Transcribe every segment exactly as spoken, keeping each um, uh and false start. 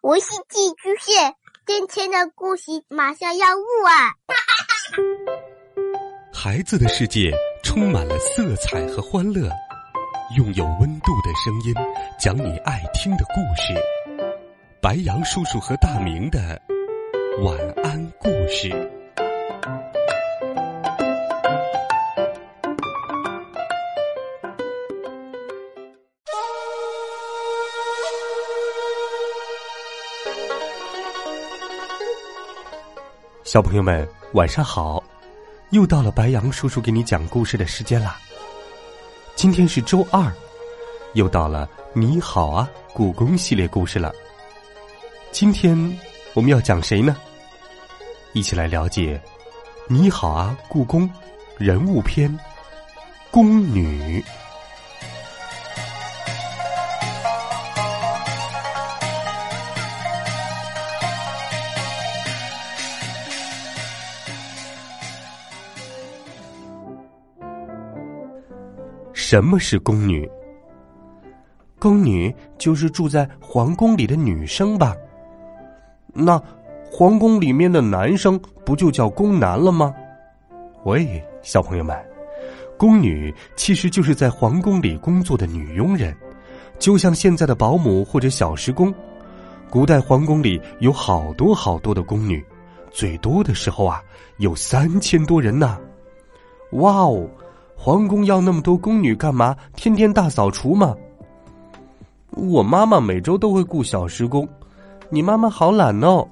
我是寄居蟹，今天的故事马上要录啊！ 孩子的世界充满了色彩和欢乐，用有温度的声音讲你爱听的故事。白杨叔叔和大明的晚安故事。小朋友们晚上好，又到了白杨叔叔给你讲故事的时间啦。今天是周二，又到了你好啊故宫系列故事了。今天我们要讲谁呢？一起来了解你好啊故宫人物篇宫女。什么是宫女？宫女就是住在皇宫里的女生吧？那皇宫里面的男生不就叫宫男了吗？喂，小朋友们，宫女其实就是在皇宫里工作的女佣人，就像现在的保姆或者小时工。古代皇宫里有好多好多的宫女，最多的时候啊，有三千多人呢。哇哦！皇宫要那么多宫女干嘛？天天大扫除吗？我妈妈每周都会雇小时工，你妈妈好懒哦。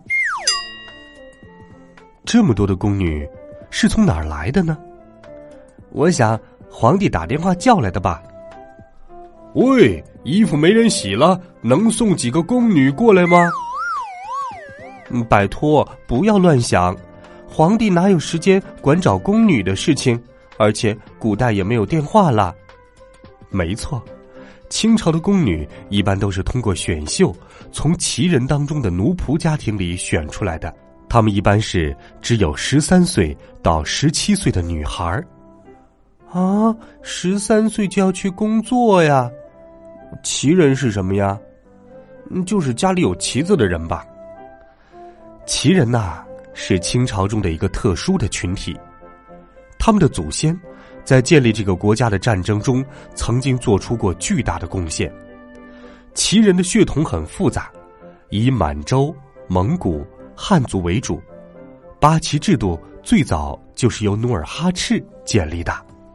这么多的宫女是从哪儿来的呢？我想皇帝打电话叫来的吧。喂，衣服没人洗了，能送几个宫女过来吗？嗯，拜托，不要乱想，皇帝哪有时间管找宫女的事情？而且古代也没有电话啦。没错，清朝的宫女一般都是通过选秀从旗人当中的奴仆家庭里选出来的，她们一般是只有十三岁到十七岁的女孩。啊，十三岁就要去工作呀？旗人是什么呀？就是家里有旗子的人吧。旗人呐，是清朝中的一个特殊的群体。他们的祖先在建立这个国家的战争中曾经做出过巨大的贡献。旗人的血统很复杂，以满洲、蒙古、汉族为主。八旗制度最早就是由努尔哈赤建立的。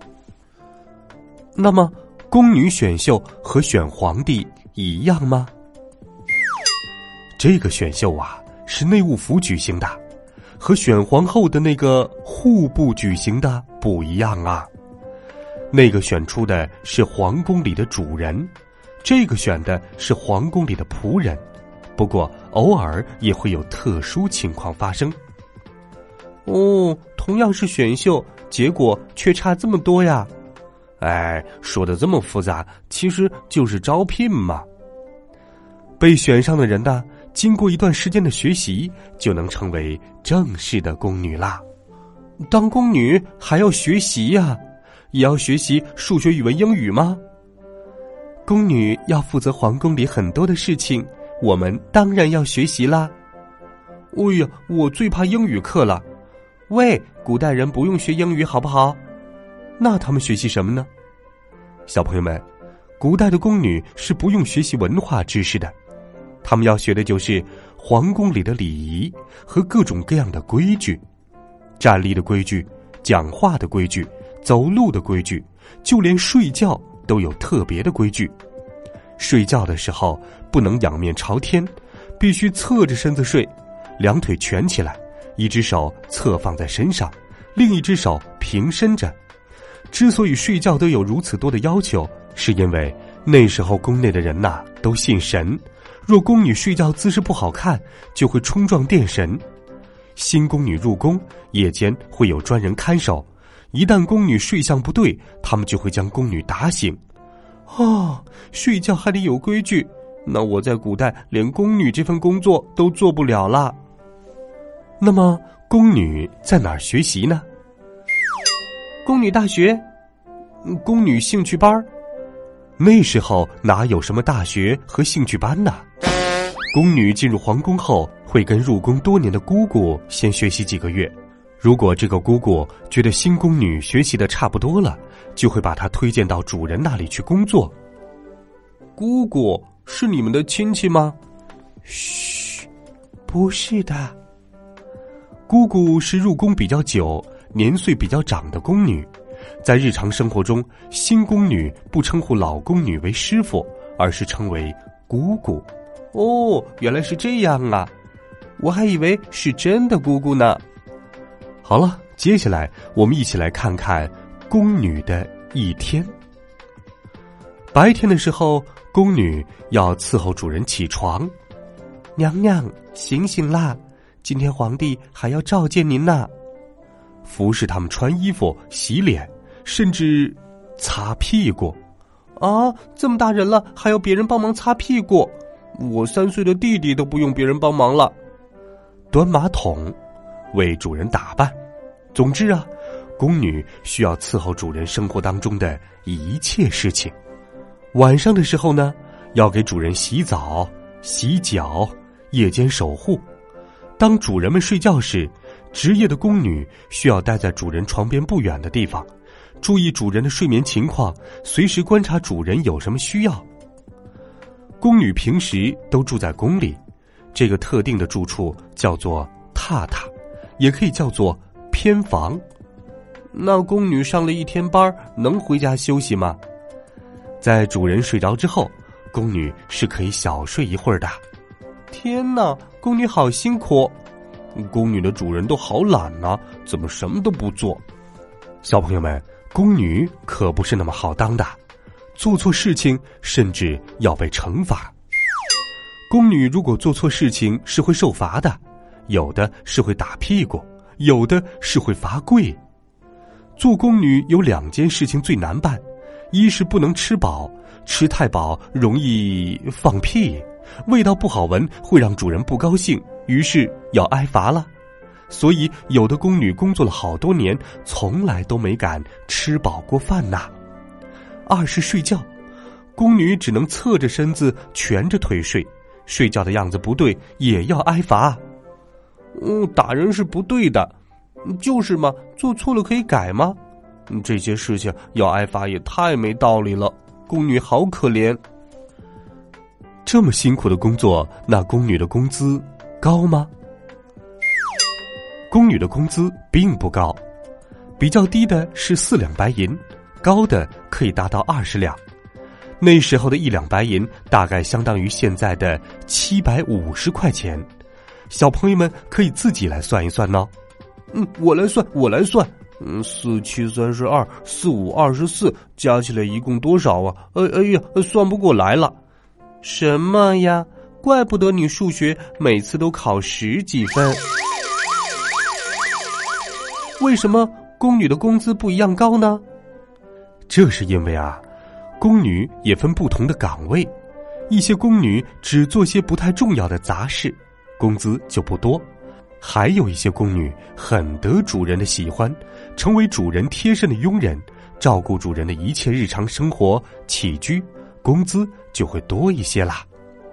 那么宫女选秀和选皇帝一样吗？这个选秀啊，是内务府举行的，和选皇后的那个户部举行的不一样啊。那个选出的是皇宫里的主人，这个选的是皇宫里的仆人。不过偶尔也会有特殊情况发生。哦，同样是选秀，结果却差这么多呀。哎，说的这么复杂，其实就是招聘嘛。被选上的人呢，经过一段时间的学习，就能成为正式的宫女啦。当宫女还要学习呀，也要学习数学、语文、英语吗？宫女要负责皇宫里很多的事情，我们当然要学习啦。哎呀，我最怕英语课了。喂，古代人不用学英语好不好？那他们学习什么呢？小朋友们，古代的宫女是不用学习文化知识的，他们要学的就是皇宫里的礼仪和各种各样的规矩，站立的规矩、讲话的规矩、走路的规矩，就连睡觉都有特别的规矩。睡觉的时候不能仰面朝天，必须侧着身子睡，两腿蜷起来，一只手侧放在身上，另一只手平伸着。之所以睡觉都有如此多的要求，是因为那时候宫内的人呐、啊、都信神，若宫女睡觉姿势不好看，就会冲撞殿神。新宫女入宫，夜间会有专人看守，一旦宫女睡相不对，他们就会将宫女打醒。哦，睡觉还得有规矩，那我在古代连宫女这份工作都做不了了。那么宫女在哪儿学习呢？宫女大学、宫女兴趣班。那时候哪有什么大学和兴趣班呢？ 宫女进入皇宫后，会跟入宫多年的姑姑先学习几个月。如果这个姑姑觉得新宫女学习的差不多了，就会把她推荐到主人那里去工作。姑姑是你们的亲戚吗？嘘，不是的。姑姑是入宫比较久、年岁比较长的宫女，在日常生活中，新宫女不称呼老宫女为师傅，而是称为姑姑。哦，原来是这样啊，我还以为是真的姑姑呢。好了，接下来我们一起来看看宫女的一天。白天的时候，宫女要伺候主人起床。娘娘，醒醒啦！今天皇帝还要召见您呢。服侍他们穿衣服、洗脸，甚至擦屁股。啊，这么大人了，还要别人帮忙擦屁股？我三岁的弟弟都不用别人帮忙了。端马桶，为主人打扮。总之啊，宫女需要伺候主人生活当中的一切事情。晚上的时候呢，要给主人洗澡、洗脚，夜间守护。当主人们睡觉时，职业的宫女需要待在主人床边不远的地方，注意主人的睡眠情况，随时观察主人有什么需要。宫女平时都住在宫里，这个特定的住处叫做榻榻，也可以叫做偏房。那宫女上了一天班，能回家休息吗？在主人睡着之后，宫女是可以小睡一会儿的。天哪，宫女好辛苦！宫女的主人都好懒啊，怎么什么都不做？小朋友们，宫女可不是那么好当的，做错事情甚至要被惩罚。宫女如果做错事情是会受罚的，有的是会打屁股，有的是会罚跪。做宫女有两件事情最难办，一是不能吃饱，吃太饱容易放屁，味道不好闻，会让主人不高兴，于是要挨罚了。所以有的宫女工作了好多年，从来都没敢吃饱过饭呐。二是睡觉，宫女只能侧着身子蜷着腿睡，睡觉的样子不对也要挨罚。嗯，打人是不对的，就是嘛，做错了可以改吗？这些事情要挨罚也太没道理了，宫女好可怜。这么辛苦的工作，那宫女的工资高吗？宫女的工资并不高，比较低的是四两白银，高的可以达到二十两。那时候的一两白银大概相当于现在的七百五十块钱。小朋友们可以自己来算一算呢。嗯，我来算，我来算。嗯，四七三十二，四五二十四，加起来一共多少啊？哎哎呀，算不过来了。什么呀？怪不得你数学每次都考十几分。为什么宫女的工资不一样高呢？这是因为啊，宫女也分不同的岗位，一些宫女只做些不太重要的杂事，工资就不多。还有一些宫女很得主人的喜欢，成为主人贴身的佣人，照顾主人的一切日常生活起居，工资就会多一些啦。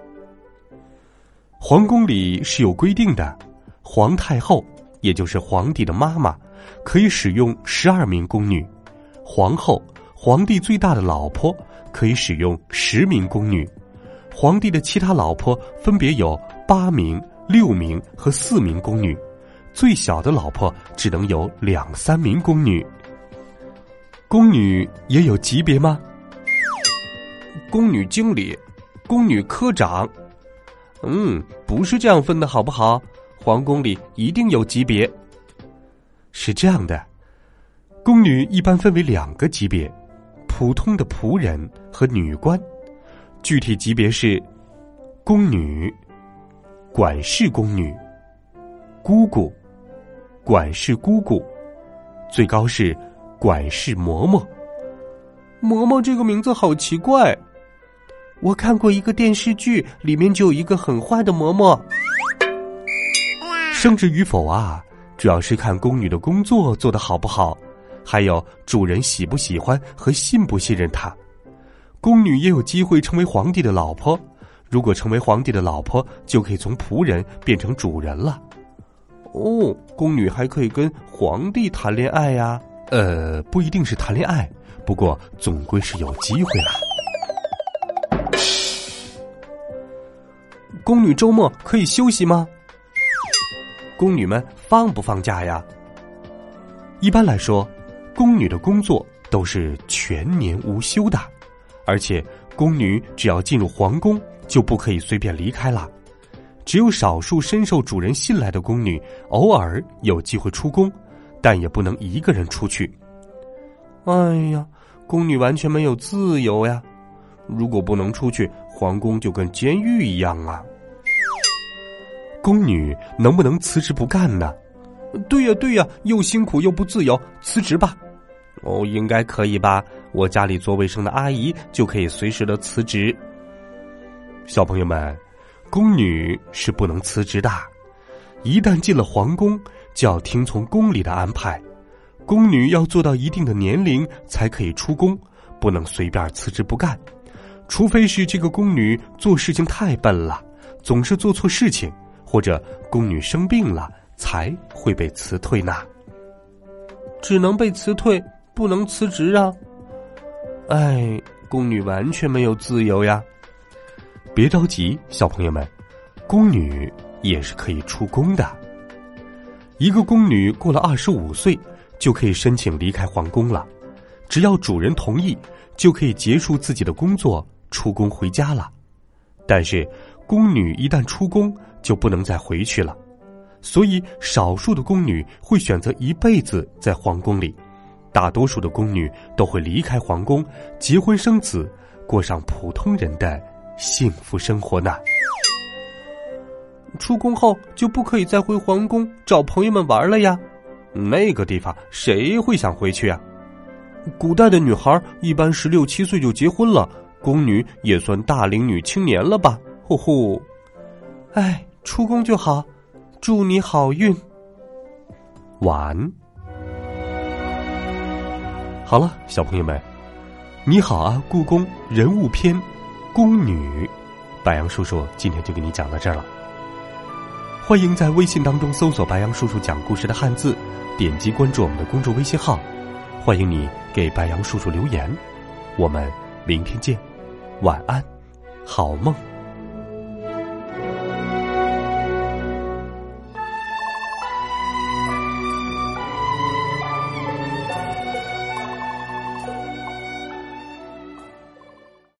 皇宫里是有规定的，皇太后，也就是皇帝的妈妈，可以使用十二名宫女；皇后，皇帝最大的老婆，可以使用十名宫女；皇帝的其他老婆分别有八名、六名和四名宫女，最小的老婆只能有两三名宫女。宫女也有级别吗？宫女经理，宫女科长。嗯，不是这样分的好不好？皇宫里一定有级别。是这样的，宫女一般分为两个级别，普通的仆人和女官。具体级别是宫女、管事宫女、姑姑、管事姑姑，最高是管事嬷嬷。嬷嬷这个名字好奇怪，我看过一个电视剧，里面就有一个很坏的嬷嬷。升职与否啊，主要是看宫女的工作做得好不好，还有主人喜不喜欢和信不信任她。宫女也有机会成为皇帝的老婆， 如果成为皇帝的老婆，就可以从仆人变成主人了。哦，宫女还可以跟皇帝谈恋爱呀？呃，不一定是谈恋爱，不过总归是有机会啦。宫女周末可以休息吗？宫女们放不放假呀？一般来说，宫女的工作都是全年无休的，而且宫女只要进入皇宫就不可以随便离开了。只有少数深受主人信赖的宫女偶尔有机会出宫，但也不能一个人出去。哎呀，宫女完全没有自由呀！如果不能出去，皇宫就跟监狱一样啊。宫女能不能辞职不干呢？对呀对呀，又辛苦又不自由，辞职吧。哦，应该可以吧，我家里做卫生的阿姨就可以随时的辞职。小朋友们，宫女是不能辞职的，一旦进了皇宫，就要听从宫里的安排。宫女要做到一定的年龄才可以出宫，不能随便辞职不干，除非是这个宫女做事情太笨了，总是做错事情，或者宫女生病了才会被辞退呢。只能被辞退，不能辞职啊！哎，宫女完全没有自由呀。别着急，小朋友们，宫女也是可以出宫的。一个宫女过了二十五岁，就可以申请离开皇宫了。只要主人同意，就可以结束自己的工作，出宫回家了。但是，宫女一旦出宫，就不能再回去了。所以，少数的宫女会选择一辈子在皇宫里，大多数的宫女都会离开皇宫，结婚生子，过上普通人的幸福生活呢。出宫后就不可以再回皇宫找朋友们玩了呀？那个地方谁会想回去啊？古代的女孩一般十六七岁就结婚了，宫女也算大龄女青年了吧？呼呼，哎，出宫就好，祝你好运。晚。好了，小朋友们，你好啊，故宫人物篇，宫女，白杨叔叔今天就给你讲到这儿了。欢迎在微信当中搜索白杨叔叔讲故事的汉字，点击关注我们的公众微信号，欢迎你给白杨叔叔留言。我们明天见，晚安，好梦。